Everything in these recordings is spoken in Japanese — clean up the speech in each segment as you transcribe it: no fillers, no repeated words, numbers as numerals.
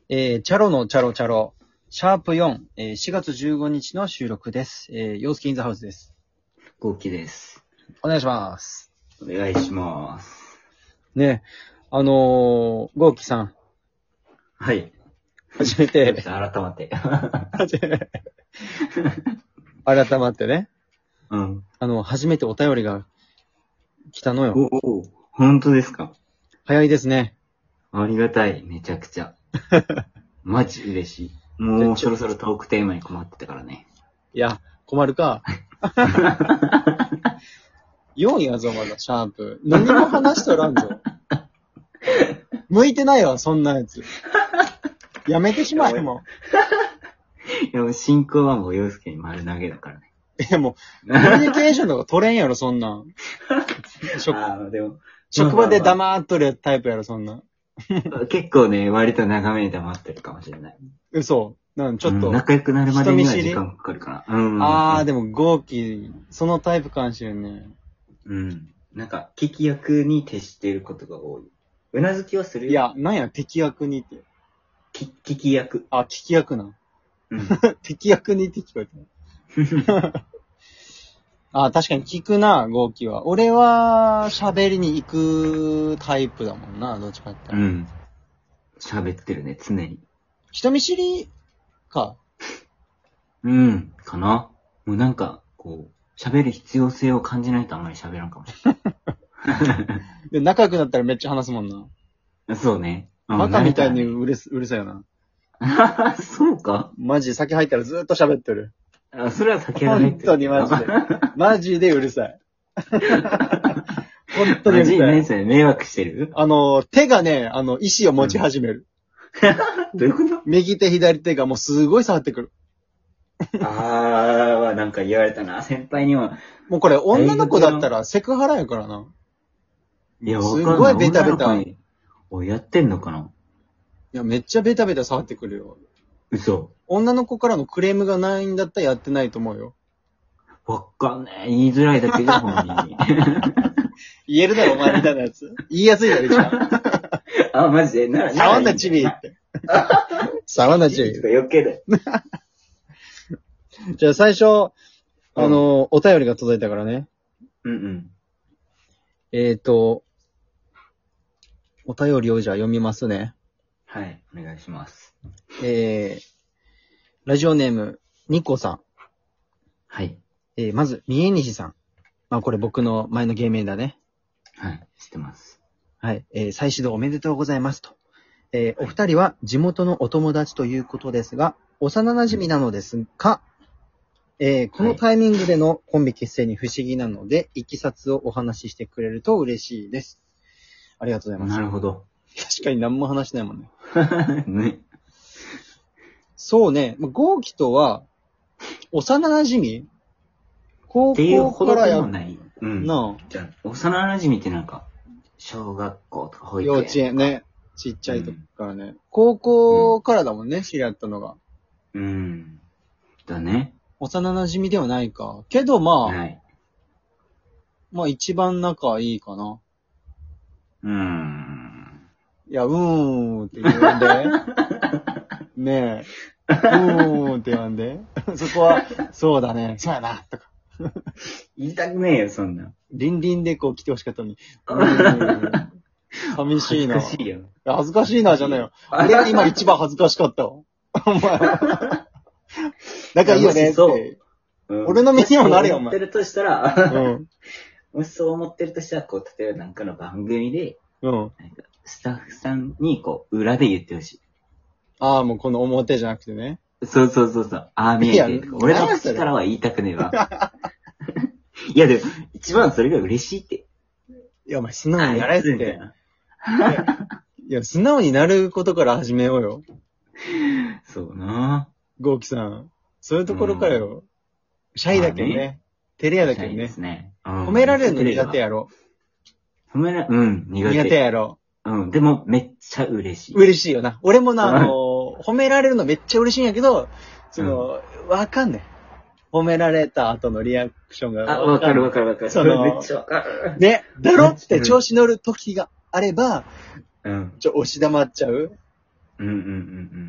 チャロのチャロチャロ、シャープ4、4月15日の収録です。ヨースキインザハウスです。 ゴーキです。 お願いします。 お願いします。 ね、ゴーキさん。 はい。 初めて。 改まって。 改まってね。 うん。 初めてお便りが来たのよ。 お、本当ですか？ 早いですね。 ありがたい。めちゃくちゃ。マジ嬉しい。もうそろそろトークテーマに困ってたからね。 いや、困るか。4やぞ、まだ、シャープ。何も話しとらんぞ。向いてないわ、そんなやつ。やめてしまえ、もいや、もう進行はもう洋介に丸投げだからね。 う。いや、もう、コミュニケーションとか取れんやろ、そんなん。 でも。 職場で黙っとるタイプやろ、そんなん。 結構ね、割と長めに黙ってるかもしれない。 嘘。ちょっと、 仲良くなるまでには時間かかるかな。 でも、ゴーキ、そのタイプかもしれんね。 なんか、聞き役に徹していることが多い。うなずきはするよ。 いや、なんや、敵役にって。 聞き役。 あ、聞き役な。敵役にって聞こえた。確かに聞くな、ゴーキは。俺は、喋りに行くタイプだもんな、どっちかって。 喋ってるね、常に。 人見知りか。 かな。もうなんか、こう、喋る必要性を感じないとあんまり喋らんかもしれない。 で、仲良くなったらめっちゃ話すもんな。 そうね。 バカみたいにうるさいよな。 そうか？ マジ酒入ったらずーっと喋ってる。 それは酒が入ってる。 本当にマジで。マジでうるさい。本当にうるさい。 マジで迷惑してる？ 手がね、石を持ち始める。 どういうこと？ 右手左手がもうすごい触ってくる。 なんか言われたな、先輩には。 もうこれ女の子だったらセクハラやからな。 いや、 すごいベタベタ。 やってんのかな？ いや、めっちゃベタベタ触ってくるよ。 嘘。 女の子からのクレームがないんだったらやってないと思うよ。 わかんねえ。言いづらいだけど、本人に。 言えるだろ、お前みたいなやつ。言いやすいだろ、一番。 マジで触んな、チビって。触んな、チビ。 余計だよ。 じゃあ最初、お便りが届いたからね。お便りをじゃあ読みますね。 はい、お願いします。 ラジオネーム、ニコさん。 はい。 まず、三重西さん。これ僕の前の芸名だね。 はい、知ってます。 はい。再始動おめでとうございますと。お二人は地元のお友達ということですが、幼馴染なのですか、このタイミングでのコンビ結成に不思議なので、いきさつをお話ししてくれると嬉しいです。ありがとうございます。 なるほど。 確かに何も話してないもんね。 ね。 そうね。ゴーキとは、幼馴染高校からや。 ない。 なあ。 じゃあ、幼馴染ってなんか、小学校とか保育園。 幼稚園ね。ちっちゃい時からね。高校からだもんね、知り合ったのが。 だね。 幼馴染ではないか。けどまあ、まあ一番仲いいかな。いや、って言わんで。ねえ。って言わんで。そこは、そうだね。そうやな。とか。 言いたくねえよ、そんな。 リンリンでこう来てほしかったのに。寂しいな。 恥ずかしいよ。 恥ずかしいな、じゃないよ。俺が今一番恥ずかしかったわ。お前。仲いいよねって。俺の身にもなるよ、お前。 もしそう思ってるとしたら、もしそう思ってるとしたら、こう、例えばなんかの番組で、スタッフさんに、こう、裏で言ってほしい。 もうこの表じゃなくてね。 そう。見えてる。俺の口からは言いたくねえわ。いや、でも、一番それが嬉しいって。 いや、お前素直になれって。いや、素直になることから始めようよ。 そうなゴーキさん。そういうところからよ。シャイだけどね。照れ屋だけどね。 ですね。 褒められるの苦手やろ。 苦手やろ。 でも、めっちゃ嬉しい。 嬉しいよな。俺もな、褒められるのめっちゃ嬉しいんやけど、わかんねえ。褒められた後のリアクションがわかる。めっちゃわかる。 ね、だろって調子乗る時があれば、押し黙っちゃう。 うんうんうんうん。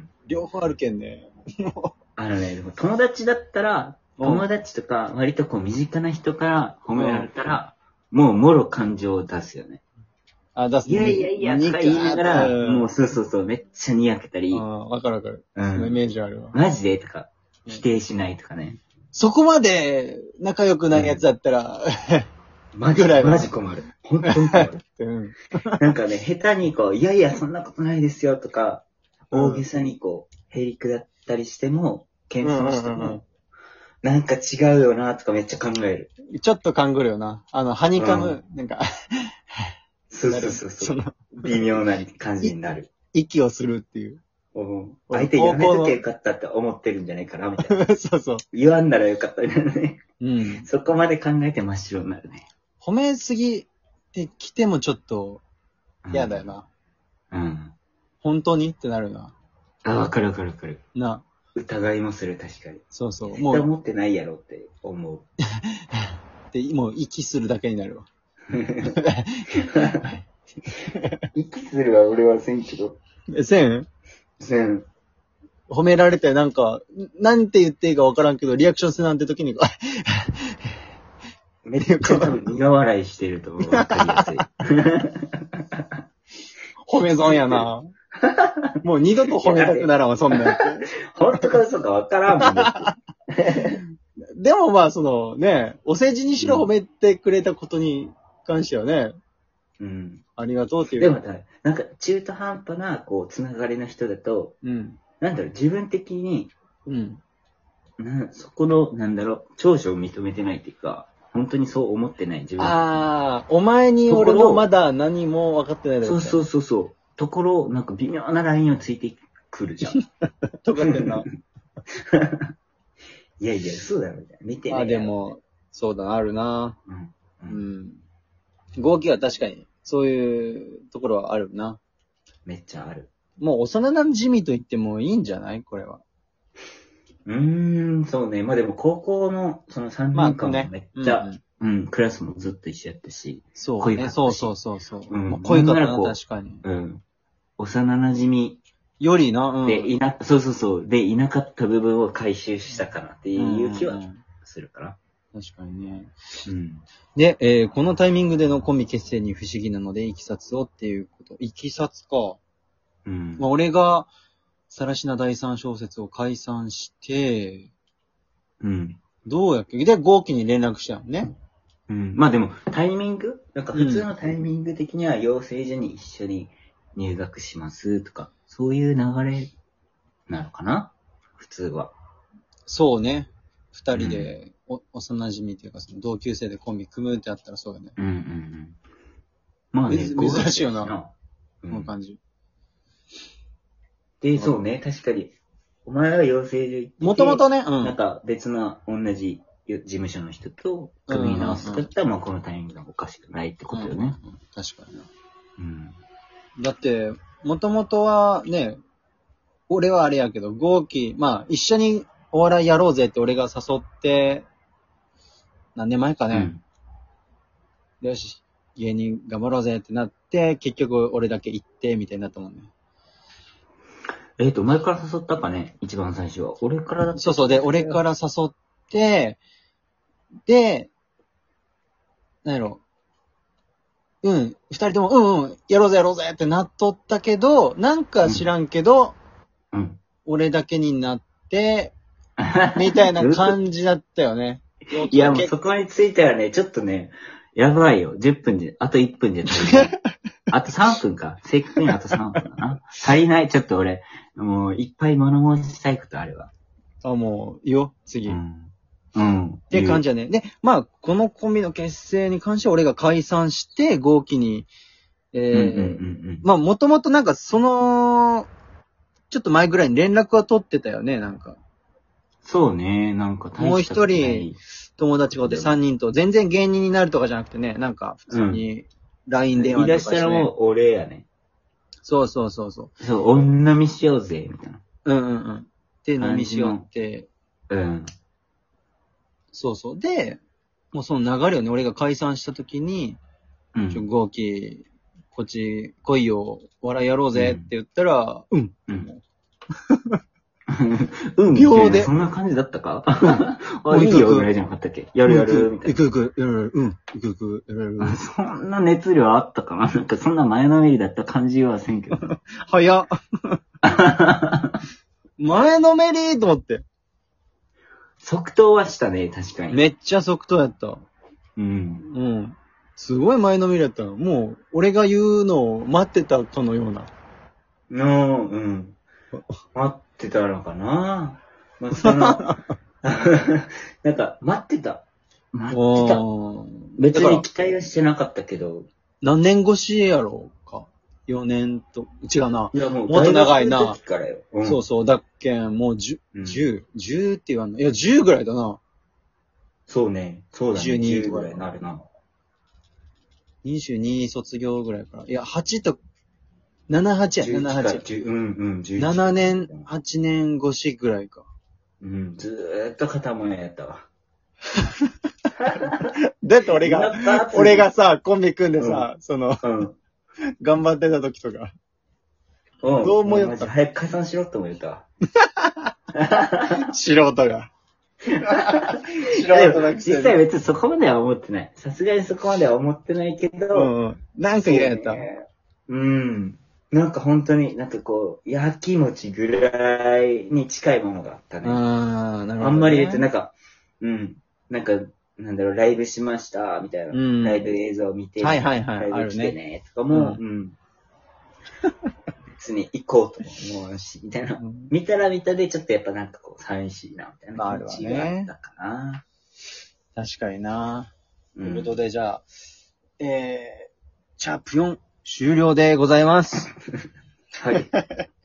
両方あるけんね。 でも友達だったら、友達とか、割とこう身近な人から褒められたら、もうもろ感情を出すよね。 出すいやいやいや、とか言いながら、もうそうそうそう、めっちゃにやけたり。 わかるわかる。そのイメージあるわ。 マジでとか、否定しないとかね。 そこまで仲良くないやつだったら、 マジ困る。本当に困る。なんかね、下手にこう、いやいや、そんなことないですよとか、大げさにこう、へりくだったりしても、謙遜しても、なんか違うよなとかめっちゃ考える。 ちょっと勘ぐるよな。ハニカム、なんかそう。微妙な感じになる。 息をするっていう。 相手やめとけよかったって思ってるんじゃないかな、みたいな。 そうそう。 言わんならよかったみたいなね。そこまで考えて真っ白になるね。 褒めすぎてきてもちょっと嫌だよな。本当にってなるな。 わかる。 な。 疑いもする、確かに。 そうそう。 もう。思ってないやろって思う。 で、もう息するだけになるわ。 息するは俺はせんけど。 せん。褒められてなんか、なんて言っていいかわからんけど、リアクションするなんて時に、 めっちゃ多分苦笑いしてるとわかりやすい。 褒め損やな。もう二度と褒めたくならんわ、そんなんやつ。 本当か嘘かわからんもんだって。 でもまあ、お世辞にしろ褒めてくれたことに関してはね、ありがとうっていう。 でもなんか中途半端な、こう、つながりの人だと、なんだろう、自分的に、そこの、長所を認めてないっていうか、本当にそう思ってない自分。 お前に俺のまだ何も分かってないだろ。 そう。ところ、なんか微妙なラインをついてくるじゃん。 とかってんな。 いや、そうだろ、みたいな。見てね。 でも、そうだな、あるな。合気は確かに、そういうところはあるな。 めっちゃある。 もう幼馴染と言ってもいいんじゃないこれは。 そうね。まあでも高校のその3年間もめっちゃ、クラスもずっと一緒やったし。 そうね。そう。 濃いかったな、確かに。 幼馴染よりな、 で、そう。で、いなかった部分を回収したかなっていう気はするから。 確かにね。で、このタイミングでのコンビ結成に不思議なので、いきさつをっていうこと。いきさつか。まあ、俺が、さらしな第三小説を解散して、どうやっけで、合気に連絡したよね。 まあでも、タイミングなんか普通のタイミング的には養成所に一緒に入学しますとか、そういう流れなのかな普通は。 そうね。二人で、幼馴染っていうか、その同級生でコンビ組むってあったらそうよね。まあね、珍しいよな。この感じ。 で、そうね、確かに。お前は養成所行って。 もともとね、 なんか別な同じ事務所の人と組み直すだったら、まあこのタイミングがおかしくないってことよね。 確かにな。だって、もともとはね、俺はあれやけど、合気、まあ一緒にお笑いやろうぜって俺が誘って、何年前かね。よし、芸人頑張ろうぜってなって、結局俺だけ行って、みたいになったもんね。 前から誘ったかね一番最初は。俺からだった。 そう。で、俺から誘って、で、なんやろ。二人とも、やろうぜってなっとったけど、なんか知らんけど、俺だけになって、みたいな感じだったよね。 いや、もうそこについてはね、ちょっとね、やばいよ。10分で、あと1分で足りない。あと3分か。正確にあと3分だな。足りない。ちょっと俺、もういっぱい物申したいことあるわ。 もう、いいよ、次。って感じやね。で、まあ、このコンビの結成に関しては俺が解散して、合気に、まあ、もともとなんかちょっと前ぐらいに連絡は取ってたよね、なんか。 そうね、なんかもう一人、友達がおって3人と、全然芸人になるとかじゃなくてね、なんか普通に LINE 電話とかして、ね。 いらしたらもう俺やね。 そう。 そう、女見しようぜ、みたいな。 で、飲みしようって。そう。で、もうその流れをね、俺が解散した時に、合気こっち来いよ、笑いやろうぜって言ったら、うん。 うん。 秒でそんな感じだったかあ、いいよぐらいじゃなかったっけ？やるみたいな。 行く、やる、うん。行く、やる。 そんな熱量あったかな？なんかそんな前のめりだった感じはせんけど。 早っ。前のめりと思って。 即答はしたね、確かに。 めっちゃ即答やった。 うん。 すごい前のめりやったの。もう、俺が言うのを待ってたかのような。 うん。待ってたのかな。まあ、その、なんか、待ってた。別に期待はしてなかったけど。 何年越しやろうか。4年と、違うな。 いや、もっと長いな。 そうそう。だっけん、もう10って言わんの。いや、10ぐらいだな。 そうね。そうだね。 12 ぐらいになるな。 22卒業ぐらいから。いや、8と、7、8や、7、8。7年、8年越しぐらいか。 ずーっと片思いやったわ。 だって俺がさ、コンビ組んでさ、頑張ってた時とか。どう思いよった？ 早く解散しろって思いよったわ。 素人が。 実際別にそこまでは思ってない。さすがにそこまでは思ってないけど。 なんか嫌やった。 なんか本当になんかこう、やきもちぐらいに近いものがあったね。 なるほど、ね。 あんまり別になんか、なんか、なんだろう、ライブしました、みたいな。ライブ映像を見て、 ライブ来てね、とかも、別に行こうとも思うし、みたいな。見たら見たでちょっとやっぱなんかこう、寂しいな、みたいな気持ちがあったかな。 確かにな。ということで、じゃあ、チャープ4終了でございます。 はい。